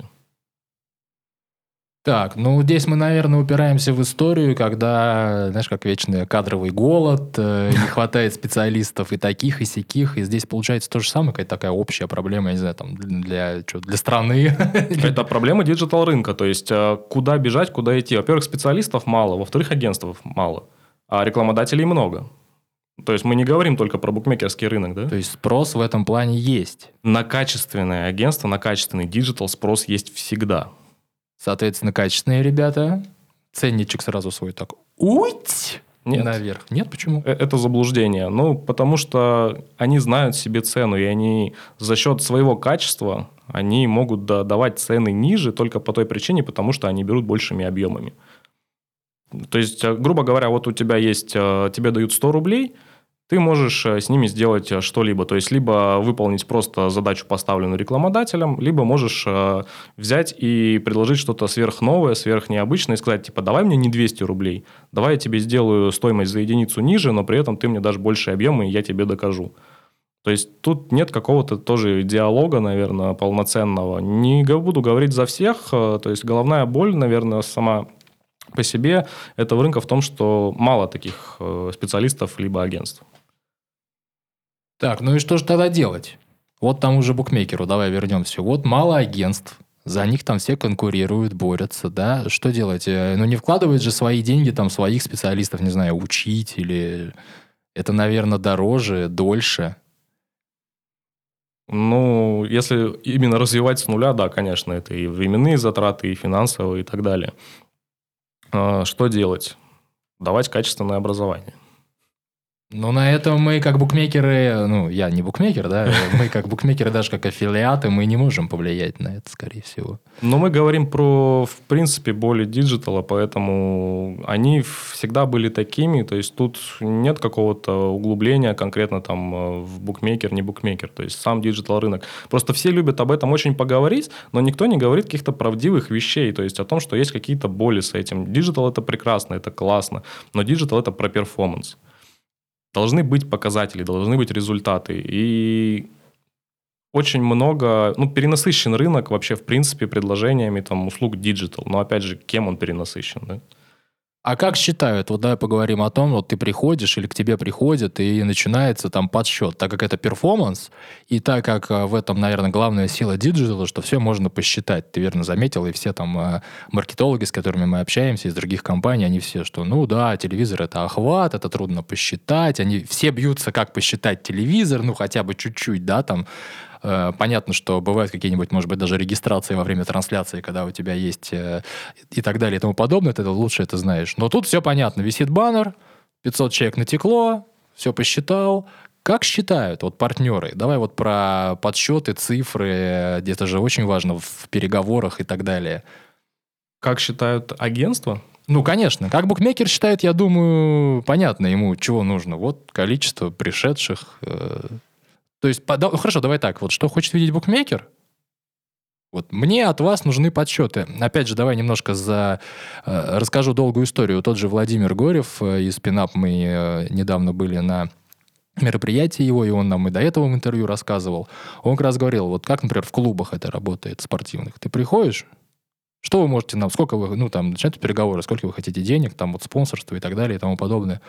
Так, ну здесь мы, наверное, упираемся в историю, когда, знаешь, как вечный кадровый голод, не хватает специалистов и таких, и сяких, и здесь получается то же самое, какая-то такая общая проблема, я не знаю, там, для страны. Это проблема диджитал-рынка, то есть куда бежать, куда идти. Во-первых, специалистов мало, во-вторых, агентств мало, а рекламодателей много. То есть мы не говорим только про букмекерский рынок, да? То есть спрос в этом плане есть. На качественное агентство, на качественный диджитал спрос есть всегда. Соответственно, качественные ребята, ценничек сразу свой так, уйти наверх. Нет, почему? Это заблуждение. Ну, потому что они знают себе цену, и они за счет своего качества они могут давать цены ниже только по той причине, потому что они берут большими объемами. То есть, грубо говоря, вот у тебя есть, тебе дают 100 рублей, ты можешь с ними сделать что-либо. То есть, либо выполнить просто задачу, поставленную рекламодателем, либо можешь взять и предложить что-то сверхновое, сверхнеобычное, и сказать, типа, давай мне не 200 рублей, давай я тебе сделаю стоимость за единицу ниже, но при этом ты мне дашь больше объема, и я тебе докажу. То есть, тут нет какого-то тоже диалога, наверное, полноценного. Не буду говорить за всех, то есть, головная боль, наверное, сама по себе этого рынка в том, что мало таких специалистов либо агентств. Так, ну и что же тогда делать? Вот тому же букмекеру, давай вернемся. Вот мало агентств, за них там все конкурируют, борются, да? Что делать? Ну, не вкладывать же свои деньги, там, своих специалистов, не знаю, учить или... Это, наверное, дороже, дольше. Ну, если именно развивать с нуля, да, конечно, это и временные затраты, и финансовые, и так далее. Что делать? Давать качественное образование. Ну, на этом мы, как букмекеры, ну, я не букмекер, да, мы, как букмекеры, даже как аффилиаты, мы не можем повлиять на это, скорее всего. Но мы говорим про, в принципе, боли диджитала, поэтому они всегда были такими, то есть тут нет какого-то углубления конкретно там в букмекер, не букмекер, то есть сам диджитал рынок. Просто все любят об этом очень поговорить, но никто не говорит каких-то правдивых вещей, то есть о том, что есть какие-то боли с этим. Диджитал – это прекрасно, это классно, но диджитал – это про перформанс. Должны быть показатели, должны быть результаты. И очень много, ну, перенасыщен рынок вообще, в принципе, предложениями там, услуг диджитал. Но, опять же, кем он перенасыщен, да? А как считают? Вот давай поговорим о том, вот ты приходишь или к тебе приходят, и начинается там подсчет. Так как это перформанс, и так как в этом, наверное, главная сила диджитала, что все можно посчитать. Ты верно заметил, и все там маркетологи, с которыми мы общаемся, из других компаний, они все, что, ну да, телевизор — это охват, это трудно посчитать. Они все бьются, как посчитать телевизор, ну хотя бы чуть-чуть, да, там. Понятно, что бывают какие-нибудь, может быть, даже регистрации во время трансляции, когда у тебя есть и так далее и тому подобное, ты лучше это знаешь. Но тут все понятно. Висит баннер, 500 человек натекло, все посчитал. Как считают вот партнеры? Давай вот про подсчеты, цифры, это же очень важно в переговорах и так далее. Как считают агентства? Ну, конечно. Как букмекер считает, я думаю, понятно ему, чего нужно. Вот количество пришедших. То есть, хорошо, давай так. Вот что хочет видеть букмекер? Вот мне от вас нужны подсчеты. Опять же, давай немножко расскажу долгую историю. Тот же Владимир Горев из Пинап, мы недавно были на мероприятии его, и он нам и до этого в интервью рассказывал. Он как раз говорил, вот как, например, в клубах это работает, спортивных. Ты приходишь, что вы можете нам, сколько вы, ну, там, начинаются переговоры, сколько вы хотите денег, там, вот спонсорство и так далее и тому подобное.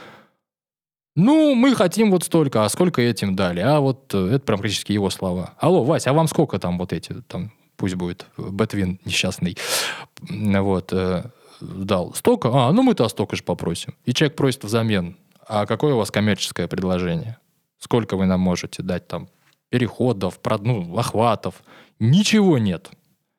Ну, мы хотим вот столько, а сколько этим дали? А вот это прям практически его слова. Алло, Вась, а вам сколько там вот эти, там, пусть будет Бэтвин несчастный, вот, дал? Столько? А, ну мы-то столько же попросим. И человек просит взамен, а какое у вас коммерческое предложение? Сколько вы нам можете дать там переходов, охватов? Ничего нет.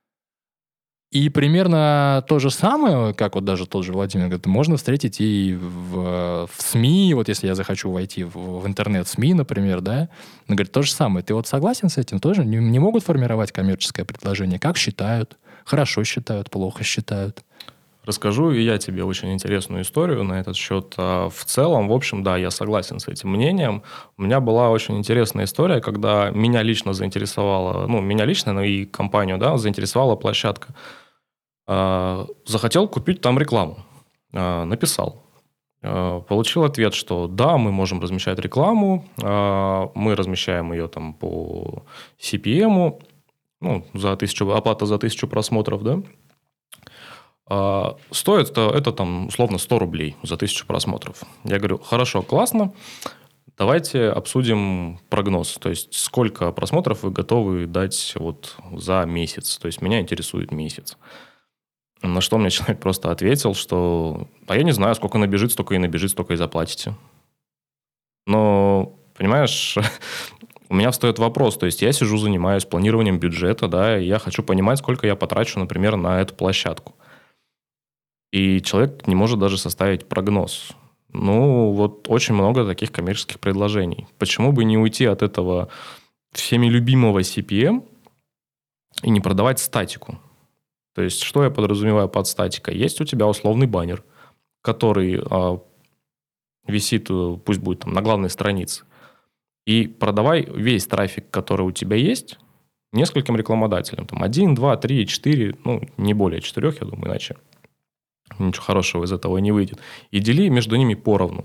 И примерно то же самое, как вот даже тот же Владимир говорит, можно встретить и в СМИ, вот если я захочу войти в интернет-СМИ, например, да, он говорит, то же самое. Ты вот согласен с этим тоже? Не могут формировать коммерческое предложение? Как считают? Хорошо считают, плохо считают? Расскажу и я тебе очень интересную историю на этот счет. В целом, в общем, да, я согласен с этим мнением. У меня была очень интересная история, когда меня лично заинтересовала, ну, меня лично, но и компанию, да, заинтересовала площадка. Захотел купить там рекламу. Написал. Получил ответ, что да, мы можем размещать рекламу, мы размещаем ее там по CPM, ну, оплата за 1000 просмотров, да. Стоит это там условно 100 рублей за 1000 просмотров. Я говорю, хорошо, классно, давайте обсудим прогноз. То есть, сколько просмотров вы готовы дать вот за месяц. То есть, меня интересует месяц. На что мне человек просто ответил, что я не знаю, сколько набежит, столько и заплатите. Но, понимаешь, у меня встает вопрос. То есть, я сижу, занимаюсь планированием бюджета, да, и я хочу понимать, сколько я потрачу, например, на эту площадку. И человек не может даже составить прогноз. Ну, вот очень много таких коммерческих предложений. Почему бы не уйти от этого всеми любимого CPM и не продавать статику? То есть, что я подразумеваю под статикой? Есть у тебя условный баннер, который висит, пусть будет там на главной странице. И продавай весь трафик, который у тебя есть, нескольким рекламодателям. Там 1, 2, 3, 4, ну, не более 4, я думаю, иначе ничего хорошего из этого не выйдет. И дели между ними поровну.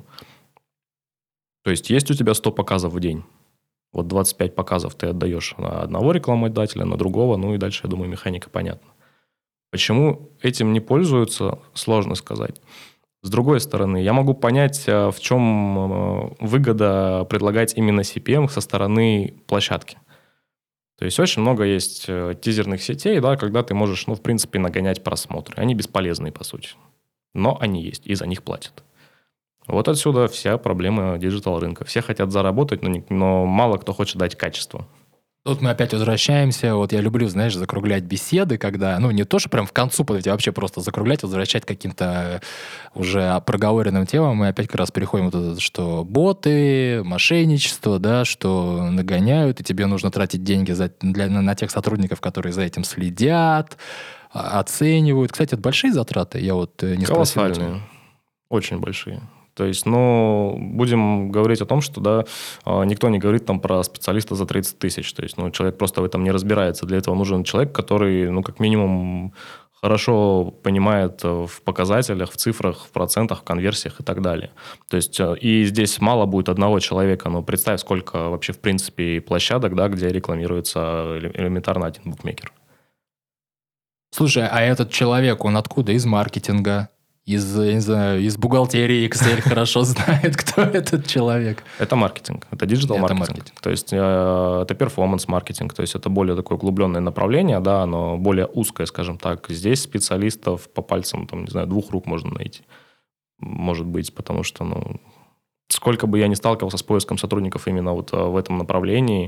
То есть у тебя 100 показов в день. Вот 25 показов ты отдаешь на одного рекламодателя, на другого, ну и дальше, я думаю, механика понятна. Почему этим не пользуются, сложно сказать. С другой стороны, я могу понять, в чем выгода предлагать именно CPM со стороны площадки. То есть очень много есть тизерных сетей, да, когда ты можешь, в принципе, нагонять просмотры. Они бесполезные, по сути. Но они есть, и за них платят. Вот отсюда вся проблема диджитал-рынка. Все хотят заработать, но мало кто хочет дать качество. Тут мы опять возвращаемся. Вот я люблю, знаешь, закруглять беседы, когда, не то, что прям в концу подойти, а вообще просто закруглять, возвращать к каким-то уже проговоренным темам. Мы опять как раз переходим вот это, что боты, мошенничество, да, что нагоняют, и тебе нужно тратить деньги на тех сотрудников, которые за этим следят, оценивают. Кстати, это большие затраты? Я вот не спросил. Колоссальные. Очень большие. То есть, будем говорить о том, что, да, никто не говорит там про специалиста за 30 тысяч. То есть, человек просто в этом не разбирается. Для этого нужен человек, который, как минимум, хорошо понимает в показателях, в цифрах, в процентах, в конверсиях и так далее. То есть, и здесь мало будет одного человека, но представь, сколько вообще, в принципе, площадок, да, где рекламируется элементарно один букмекер. Слушай, а этот человек, он откуда? Из маркетинга? не знаю, из бухгалтерии Excel хорошо знает, кто этот человек. Это маркетинг, это диджитал-маркетинг. То есть это перформанс-маркетинг, то есть это более такое углубленное направление, да, оно более узкое, скажем так. Здесь специалистов по пальцам, там, не знаю, 2 рук можно найти. Может быть, потому что, ну, сколько бы я ни сталкивался с поиском сотрудников именно вот в этом направлении,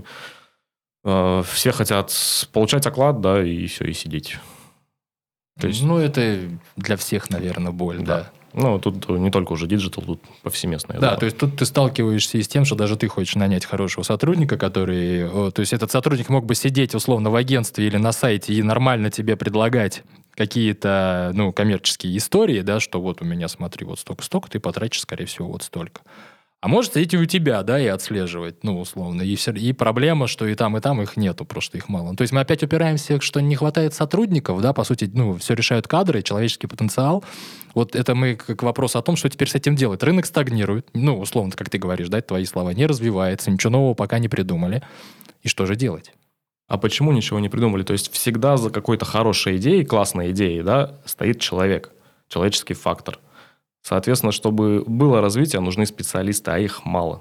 все хотят получать оклад, да, и все, и сидеть. То есть, ну, это для всех, наверное, боль, да. Ну, тут не только уже диджитал, тут повсеместно. Да, то есть тут ты сталкиваешься и с тем, что даже ты хочешь нанять хорошего сотрудника, который... То есть этот сотрудник мог бы сидеть условно в агентстве или на сайте и нормально тебе предлагать какие-то, ну, коммерческие истории, да, что вот у меня, смотри, вот столько-столько, ты потратишь, скорее всего, вот столько. А может сидеть и у тебя, да, и отслеживать, ну, условно. И проблема, что и там их нету, просто их мало. То есть мы опять упираемся, что не хватает сотрудников, да, по сути, ну, все решают кадры, человеческий потенциал. Вот это мы к вопросу о том, что теперь с этим делать. Рынок стагнирует, ну, условно, как ты говоришь, да, это твои слова, не развивается, ничего нового пока не придумали. И что же делать? А почему ничего не придумали? То есть всегда за какой-то хорошей идеей, классной идеей, да, стоит человек, человеческий фактор. Соответственно, чтобы было развитие, нужны специалисты, а их мало.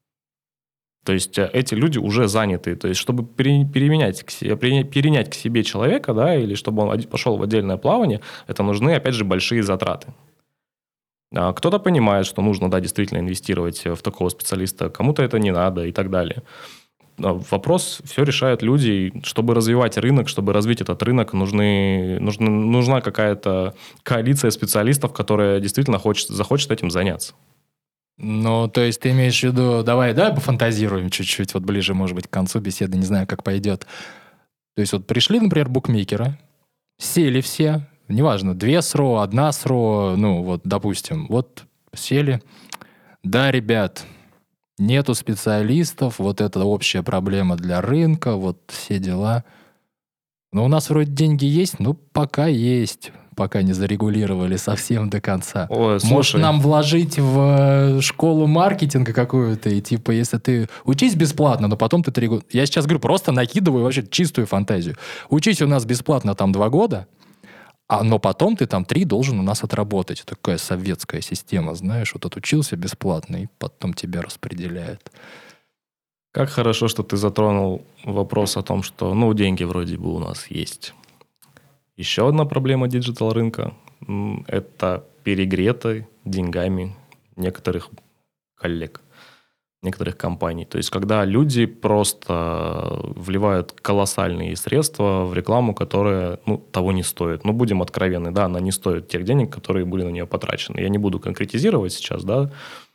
То есть эти люди уже заняты. То есть чтобы перенять к себе человека, да, или чтобы он пошел в отдельное плавание, это нужны, опять же, большие затраты. Кто-то понимает, что нужно, да, действительно инвестировать в такого специалиста, кому-то это не надо и так далее. Вопрос все решают люди. Чтобы развивать рынок, чтобы развить этот рынок, нужна какая-то коалиция специалистов, которая действительно захочет этим заняться. Ну, то есть ты имеешь в виду, давай пофантазируем чуть-чуть, вот ближе, может быть, к концу беседы, не знаю, как пойдет. То есть вот пришли, например, букмекеры, сели все, неважно, 2 СРО, 1 СРО, ну, вот, допустим, вот сели. Да, ребят, нету специалистов, вот это общая проблема для рынка, вот все дела. Но у нас вроде деньги есть, ну, пока есть, пока не зарегулировали совсем до конца. Ой, Может, нам вложить в школу маркетинга какую-то, и типа, если ты учись бесплатно, но потом ты 3 года... Я сейчас говорю, просто накидываю вообще чистую фантазию. Учись у нас бесплатно там 2 года, но потом ты там 3 должен у нас отработать. Такая советская система, знаешь, вот отучился бесплатно, и потом тебя распределяют. Как хорошо, что ты затронул вопрос о том, что, ну, деньги вроде бы у нас есть. Еще одна проблема диджитал-рынка – это перегреты деньгами некоторых коллег, некоторых компаний. То есть, когда люди просто вливают колоссальные средства в рекламу, которая, ну, того не стоит. Ну, будем откровенны, да, она не стоит тех денег, которые были на нее потрачены. Я не буду конкретизировать сейчас, да,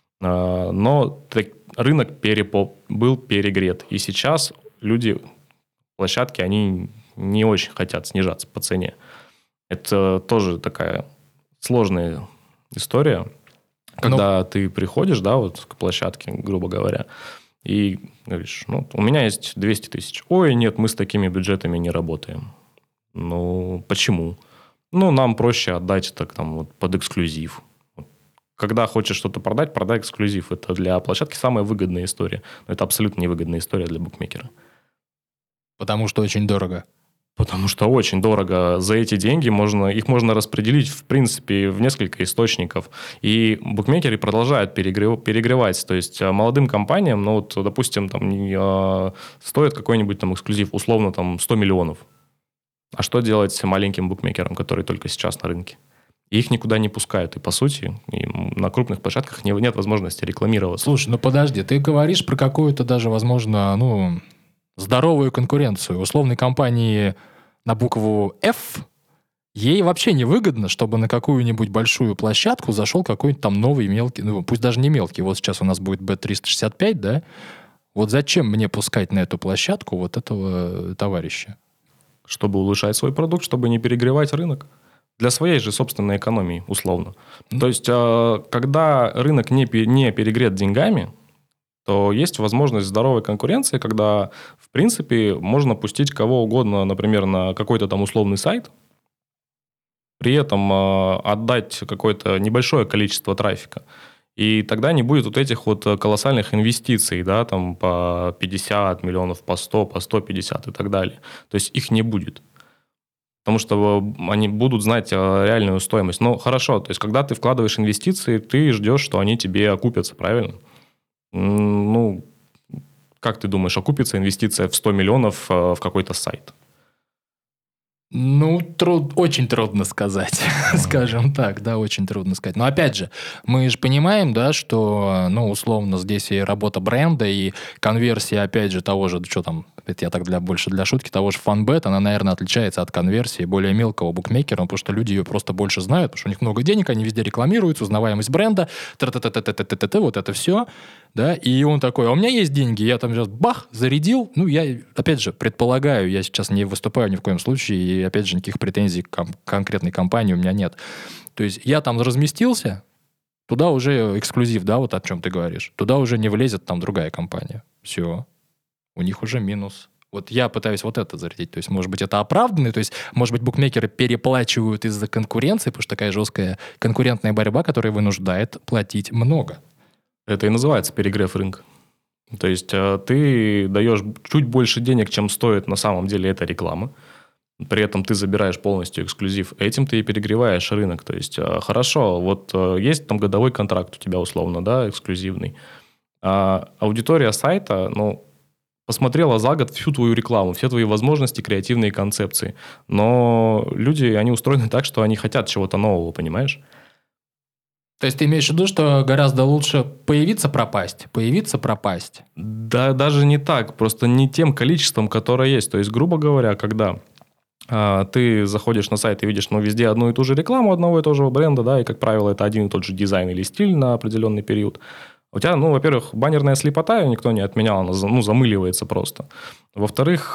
но рынок был перегрет. И сейчас площадки, они не очень хотят снижаться по цене. Это тоже такая сложная история, когда ты приходишь, да, вот к площадке, грубо говоря, и говоришь, ну, у меня есть 200 тысяч. Ой, нет, мы с такими бюджетами не работаем. Ну, почему? Ну, нам проще отдать так там вот под эксклюзив. Когда хочешь что-то продать, продай эксклюзив. Это для площадки самая выгодная история. Но это абсолютно невыгодная история для букмекера. Потому что очень дорого. Потому что очень дорого. За эти деньги их можно распределить, в принципе, в несколько источников. И букмекеры продолжают перегревать. То есть молодым компаниям, ну, вот, допустим, там, стоит какой-нибудь там эксклюзив, условно, там, 100 миллионов. А что делать маленьким букмекерам, которые только сейчас на рынке? Их никуда не пускают. И, по сути, на крупных площадках нет возможности рекламироваться. Слушай, ну подожди, ты говоришь про какую-то даже, возможно, ну, здоровую конкуренцию. Условной компании на букву F, ей вообще не выгодно, чтобы на какую-нибудь большую площадку зашел какой-нибудь там новый мелкий, ну, пусть даже не мелкий. Вот сейчас у нас будет Bet365, да? Вот зачем мне пускать на эту площадку вот этого товарища? Чтобы улучшать свой продукт, чтобы не перегревать рынок. Для своей же собственной экономии, условно. То есть, когда рынок не перегрет деньгами, то есть возможность здоровой конкуренции, когда, в принципе, можно пустить кого угодно, например, на какой-то там условный сайт, при этом отдать какое-то небольшое количество трафика. И тогда не будет вот этих вот колоссальных инвестиций, да, там по 50 миллионов, по 100, по 150 и так далее. То есть их не будет. Потому что они будут знать реальную стоимость. Ну, хорошо, то есть, когда ты вкладываешь инвестиции, ты ждешь, что они тебе окупятся, правильно? Ну, как ты думаешь, окупится инвестиция в 100 миллионов в какой-то сайт? Ну, очень трудно сказать, скажем так, да, очень трудно сказать. Но опять же, мы же понимаем, да, что, ну, условно, здесь и работа бренда, и конверсия, опять же, того же, что там, это я так больше для шутки, того же Фанбет, она, наверное, отличается от конверсии более мелкого букмекера, потому что люди ее просто больше знают, потому что у них много денег, они везде рекламируются, узнаваемость бренда, вот это все, да, и он такой, а у меня есть деньги, я там сейчас бах, зарядил, ну, я, опять же, предполагаю, я сейчас не выступаю ни в коем случае, и, опять же, никаких претензий к конкретной компании у меня нет. То есть я там разместился, туда уже эксклюзив, да, вот о чем ты говоришь, туда уже не влезет там другая компания. Все, у них уже минус. Вот я пытаюсь вот это зарядить. То есть, может быть, это оправданно, то есть, может быть, букмекеры переплачивают из-за конкуренции, потому что такая жесткая конкурентная борьба, которая вынуждает платить много. Это и называется перегрев рынка. То есть ты даешь чуть больше денег, чем стоит на самом деле эта реклама. При этом ты забираешь полностью эксклюзив. Этим ты и перегреваешь рынок. То есть хорошо, вот есть там годовой контракт у тебя условно, да, эксклюзивный. Аудитория сайта, ну, посмотрела за год всю твою рекламу, все твои возможности, креативные концепции. Но люди, они устроены так, что они хотят чего-то нового, понимаешь? То есть ты имеешь в виду, что гораздо лучше появиться, пропасть? Да, даже не так, просто не тем количеством, которое есть. То есть, грубо говоря, когда ты заходишь на сайт и видишь, ну, везде одну и ту же рекламу одного и того же бренда, да, и, как правило, это один и тот же дизайн или стиль на определенный период. У тебя, ну, во-первых, баннерная слепота, ее никто не отменял, она, ну, замыливается просто. Во-вторых,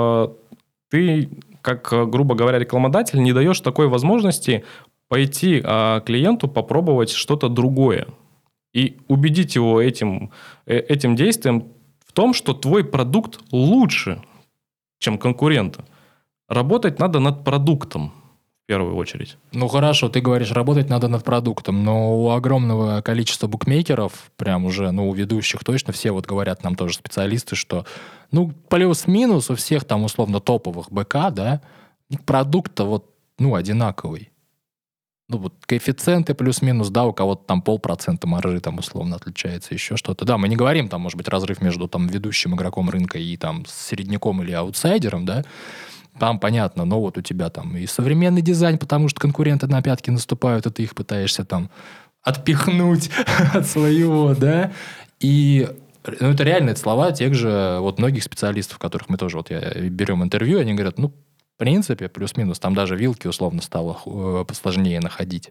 ты, как, грубо говоря, рекламодатель, не даешь такой возможности пойти клиенту попробовать что-то другое и убедить его этим действием в том, что твой продукт лучше, чем конкурента. Работать надо над продуктом в первую очередь. Ну хорошо, ты говоришь, работать надо над продуктом, но у огромного количества букмекеров, прям уже, ну, у ведущих точно, все вот говорят нам тоже специалисты, что, ну, плюс-минус у всех там условно топовых БК, да, продукт-то вот, ну, одинаковый. Ну, вот коэффициенты плюс-минус, да, у кого-то там 0,5% маржи там условно отличается, еще что-то. Да, мы не говорим там, может быть, разрыв между там ведущим игроком рынка и там середняком или аутсайдером, да, там понятно, но вот у тебя там и современный дизайн, потому что конкуренты на пятки наступают, и ты их пытаешься там отпихнуть от своего, да, и ну, это реальные слова тех же вот многих специалистов, которых мы тоже вот берем интервью, они говорят, ну, в принципе, плюс-минус, там даже вилки условно стало посложнее находить.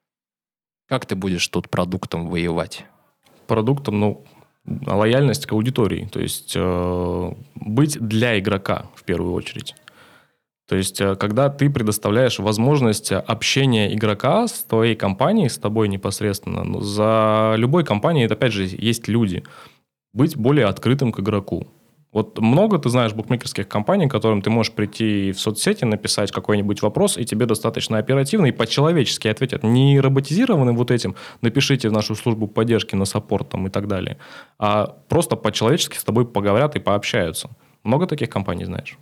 Как ты будешь тут продуктом воевать? Продуктом, ну, лояльность к аудитории. То есть, быть для игрока в первую очередь. То есть, когда ты предоставляешь возможность общения игрока с твоей компанией, с тобой непосредственно, ну, за любой компанией, это, опять же, есть люди. Быть более открытым к игроку. Вот много ты знаешь букмекерских компаний, к которым ты можешь прийти в соцсети, написать какой-нибудь вопрос, и тебе достаточно оперативно и по-человечески ответят. Не роботизированным вот этим, напишите в нашу службу поддержки на саппорт там, и так далее, а просто по-человечески с тобой поговорят и пообщаются. Много таких компаний знаешь?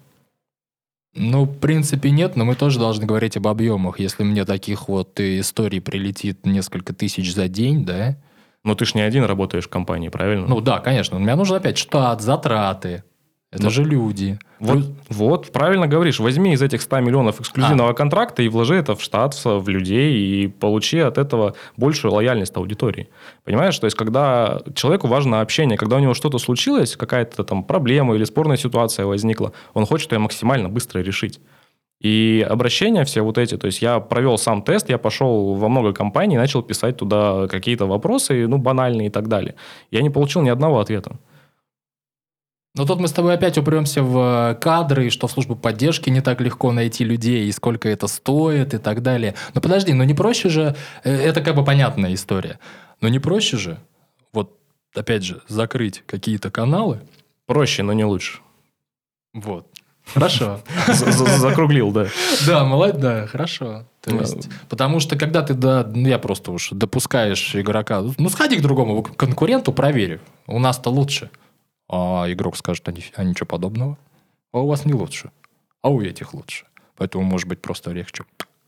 Ну, в принципе, нет, но мы тоже должны говорить об объемах. Если мне таких вот историй прилетит несколько тысяч за день, да, но ты ж не один работаешь в компании, правильно? ну да, конечно. У меня нужен опять штат, затраты. Это же люди. Вот, правильно говоришь. Возьми из этих 100 миллионов эксклюзивного контракта и вложи это в штат, в людей, и получи от этого большую лояльность аудитории. Понимаешь? То есть, когда человеку важно общение, когда у него что-то случилось, какая-то там проблема или спорная ситуация возникла, он хочет ее максимально быстро решить. И обращения все вот эти, то есть я провел сам тест, я пошел во много компаний, начал писать туда какие-то вопросы, ну, банальные и так далее. Я не получил ни одного ответа. Но тут мы с тобой опять упремся в кадры, и что в службу поддержки не так легко найти людей, и сколько это стоит, и так далее. Но подожди, ну не проще же, это как бы понятная история, но не проще же, вот опять же, закрыть какие-то каналы? Проще, но не лучше. Вот. Хорошо. Закруглил, да. Да, молодец, да, хорошо. То есть, потому что когда ты, я просто уж допускаешь игрока, ну сходи к другому конкуренту, проверь, у нас-то лучше. А игрок скажет, а ничего подобного. А у вас не лучше. А у этих лучше. Поэтому, может быть, просто легче.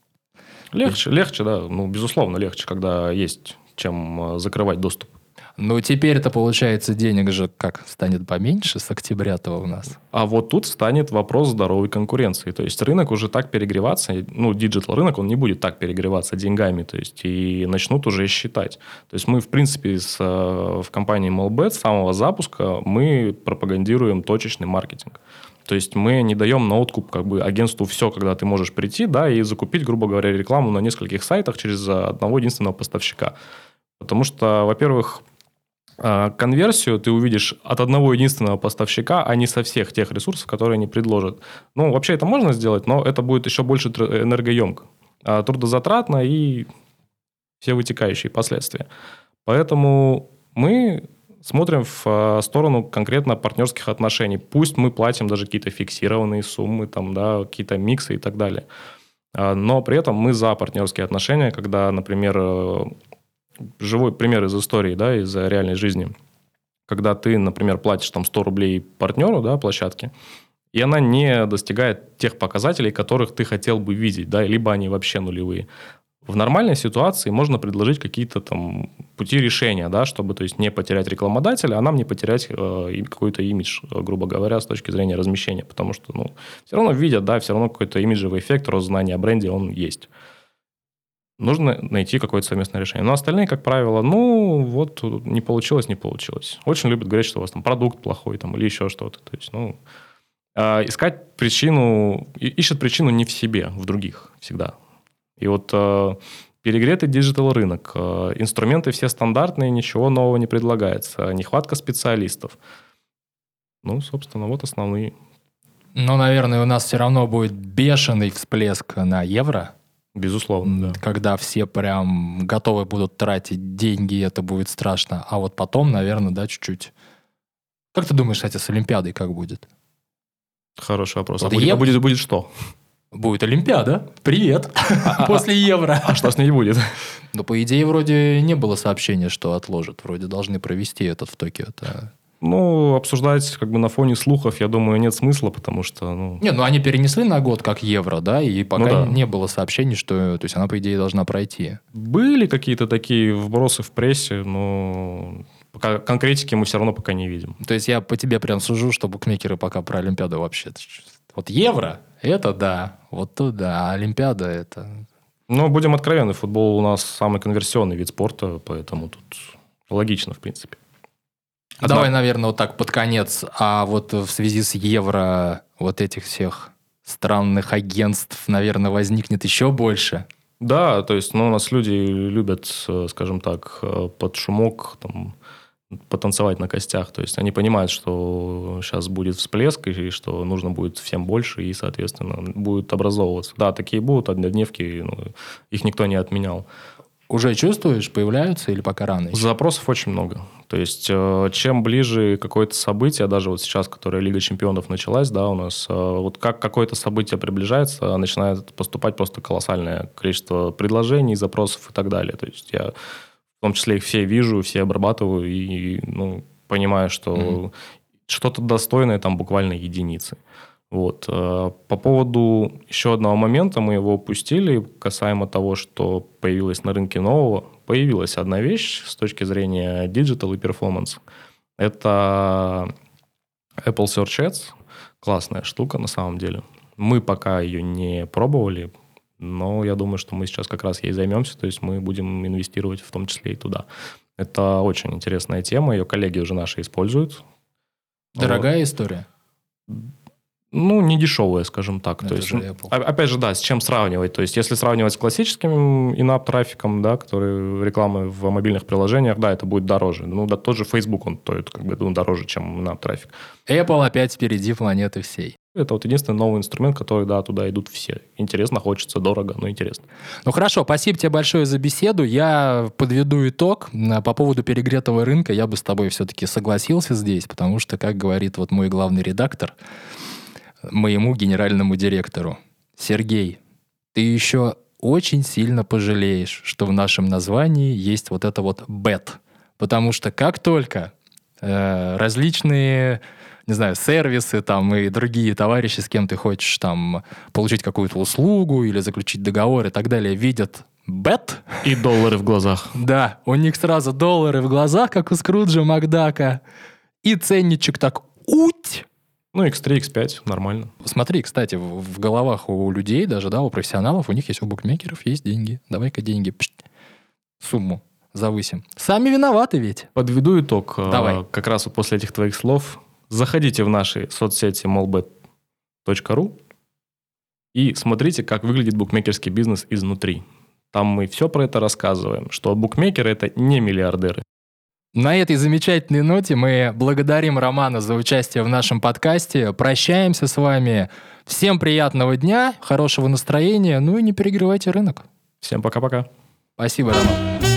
Легче, да. Ну, безусловно, легче, когда есть чем закрывать доступ. Ну, теперь-то, получается, денег же как станет поменьше с октября-то у нас? А вот тут станет вопрос здоровой конкуренции. То есть рынок уже так перегреваться, ну, диджитал-рынок, он не будет так перегреваться деньгами, то есть и начнут уже считать. То есть мы, в принципе, в компании MLBet с самого запуска мы пропагандируем точечный маркетинг. То есть мы не даем на откуп как бы агентству все, когда ты можешь прийти, да, и закупить, грубо говоря, рекламу на нескольких сайтах через одного единственного поставщика. Потому что, во-первых, конверсию ты увидишь от одного единственного поставщика, а не со всех тех ресурсов, которые они предложат. Ну, вообще это можно сделать, но это будет еще больше энергоемко, трудозатратно и все вытекающие последствия. Поэтому мы смотрим в сторону конкретно партнерских отношений. Пусть мы платим даже какие-то фиксированные суммы, там, да, какие-то миксы и так далее. Но при этом мы за партнерские отношения, когда, например, живой пример из истории, да, из реальной жизни, когда ты, например, платишь там 100 рублей партнеру, да, площадке, и она не достигает тех показателей, которых ты хотел бы видеть, да, либо они вообще нулевые. В нормальной ситуации можно предложить какие-то там пути решения, да, чтобы, то есть, не потерять рекламодателя, а нам не потерять какой-то имидж, грубо говоря, с точки зрения размещения, потому что, ну, все равно видят, да, все равно какой-то имиджевый эффект, рост знания о бренде, он есть. Нужно найти какое-то совместное решение. Но остальные, как правило, ну, вот не получилось. Очень любят говорить, что у вас там продукт плохой там, или еще что-то. То есть, ну, искать причину, ищут причину не в себе, в других всегда. И вот перегретый диджитал-рынок, инструменты все стандартные, ничего нового не предлагается, нехватка специалистов. Ну, собственно, вот основные. Ну, наверное, у нас все равно будет бешеный всплеск на евро. Безусловно, да. Когда все прям готовы будут тратить деньги, это будет страшно. А вот потом, наверное, да, чуть-чуть. Как ты думаешь, кстати, с Олимпиадой как будет? Хороший вопрос. Вот будет что? Будет Олимпиада. Привет. После Евро. А что с ней будет? Ну, по идее, вроде не было сообщения, что отложат. Вроде должны провести этот в Токио. Ну, обсуждать как бы на фоне слухов, я думаю, нет смысла, потому что... Ну... Не, ну они перенесли на год как Евро, да, и пока не было сообщений, что... То есть она, по идее, должна пройти. Были какие-то такие вбросы в прессе, но пока конкретики мы все равно пока не видим. То есть я по тебе прям сужу, что букмекеры пока про Олимпиаду вообще... Вот Евро, это да, вот то да, а Олимпиада это... Ну, будем откровенны, футбол у нас самый конверсионный вид спорта, поэтому тут логично, в принципе. Давай, наверное, вот так под конец. А вот в связи с Евро вот этих всех странных агентств, наверное, возникнет еще больше. Да, то есть, ну, у нас люди любят, скажем так, под шумок там, потанцевать на костях. То есть, они понимают, что сейчас будет всплеск, и что нужно будет всем больше, и, соответственно, будет образовываться. Да, такие будут однодневки, ну, их никто не отменял. Уже чувствуешь, появляются или пока рано еще? Запросов очень много. То есть, чем ближе какое-то событие, даже вот сейчас, которое Лига чемпионов началась, да, у нас, вот как какое-то событие приближается, начинает поступать просто колоссальное количество предложений, запросов и так далее. То есть, я в том числе их все вижу, все обрабатываю и, ну, понимаю, что что-то достойное там буквально единицы. Вот. По поводу еще одного момента, мы его упустили, касаемо того, что появилось на рынке нового. Появилась одна вещь с точки зрения digital и performance. Это Apple Search Ads. Классная штука на самом деле. Мы пока ее не пробовали, но я думаю, что мы сейчас как раз ей займемся, то есть мы будем инвестировать в том числе и туда. Это очень интересная тема, ее коллеги уже наши используют. Дорогая история? Ну, не дешевая, скажем так. Это то есть, же Apple. опять же, да, с чем сравнивать. То есть, если сравнивать с классическим in-app трафиком, да, который рекламы в мобильных приложениях, да, это будет дороже. Ну, да, тот же Facebook, он стоит как бы дороже, чем in-app трафик. Apple опять впереди планеты всей. Это вот единственный новый инструмент, который, да, туда идут все. Интересно, хочется, дорого, но интересно. Ну хорошо, спасибо тебе большое за беседу. Я подведу итог. По поводу перегретого рынка я бы с тобой все-таки согласился здесь, потому что, как говорит вот мой главный редактор, моему генеральному директору: Сергей, ты еще очень сильно пожалеешь, что в нашем названии есть вот это вот bet. Потому что как только различные не знаю, сервисы там и другие товарищи, с кем ты хочешь там получить какую-то услугу или заключить договор и так далее, видят бет. И доллары в глазах. Да, у них сразу доллары в глазах, как у Скруджа Макдака, и ценничек так уть. Ну, X3, X5, нормально. Смотри, кстати, в головах у людей даже, да, у профессионалов, у них есть, у букмекеров есть деньги. Давай-ка деньги, сумму завысим. Сами виноваты ведь. Подведу итог. Давай. Как раз вот после этих твоих слов. Заходите в наши соцсети mallbet.ru и смотрите, как выглядит букмекерский бизнес изнутри. Там мы все про это рассказываем, что букмекеры – это не миллиардеры. На этой замечательной ноте мы благодарим Романа за участие в нашем подкасте. Прощаемся с вами. Всем приятного дня, хорошего настроения, ну и не перегревайте рынок. Всем пока-пока. Спасибо, Роман.